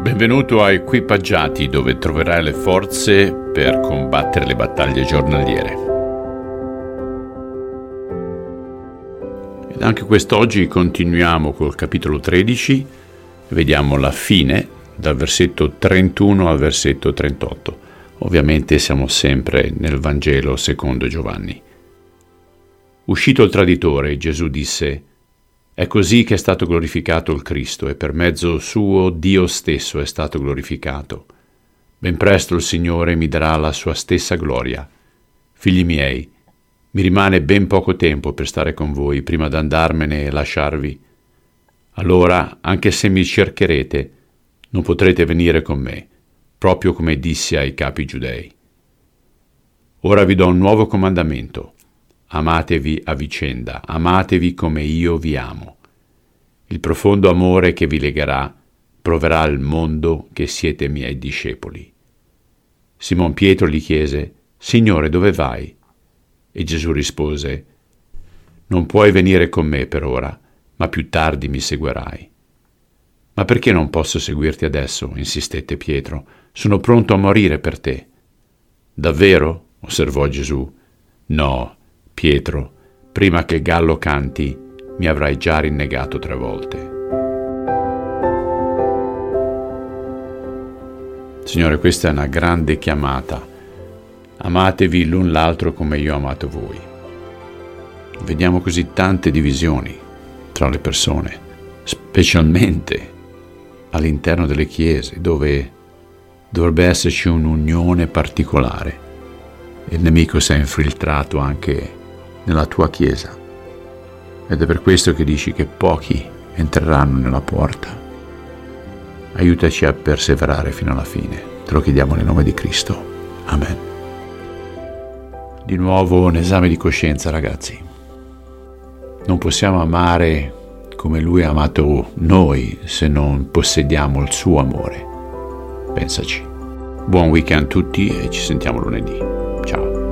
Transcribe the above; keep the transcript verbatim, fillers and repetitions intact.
Benvenuto a Equipaggiati, dove troverai le forze per combattere le battaglie giornaliere. Ed anche quest'oggi continuiamo col capitolo tredici, vediamo la fine dal versetto trentuno al versetto trentotto. Ovviamente siamo sempre nel Vangelo secondo Giovanni. Uscito il traditore, Gesù disse: «È così che è stato glorificato il Cristo, e per mezzo suo Dio stesso è stato glorificato. Ben presto il Signore mi darà la sua stessa gloria. Figli miei, mi rimane ben poco tempo per stare con voi prima d'andarmene e lasciarvi. Allora, anche se mi cercherete, non potrete venire con me, proprio come dissi ai capi giudei. Ora vi do un nuovo comandamento. Amatevi a vicenda, amatevi come io vi amo. Il profondo amore che vi legherà proverà al mondo che siete miei discepoli». Simon Pietro gli chiese: «Signore, dove vai?» E Gesù rispose: «Non puoi venire con me per ora, ma più tardi mi seguirai». «Ma perché non posso seguirti adesso?» insistette Pietro. «Sono pronto a morire per te». «Davvero?» osservò Gesù. «No, Pietro, prima che il gallo canti, mi avrai già rinnegato tre volte». Signore, questa è una grande chiamata. Amatevi l'un l'altro come io ho amato voi. Vediamo così tante divisioni tra le persone, specialmente all'interno delle chiese, dove dovrebbe esserci un'unione particolare. Il nemico si è infiltrato anche nella tua chiesa, ed è per questo che dici che pochi entreranno nella porta. Aiutaci a perseverare fino alla fine. Te lo chiediamo nel nome di Cristo. Amen. Di nuovo un esame di coscienza, ragazzi. Non possiamo amare come Lui ha amato noi se non possediamo il suo amore. Pensaci. Buon weekend a tutti e ci sentiamo lunedì. Ciao.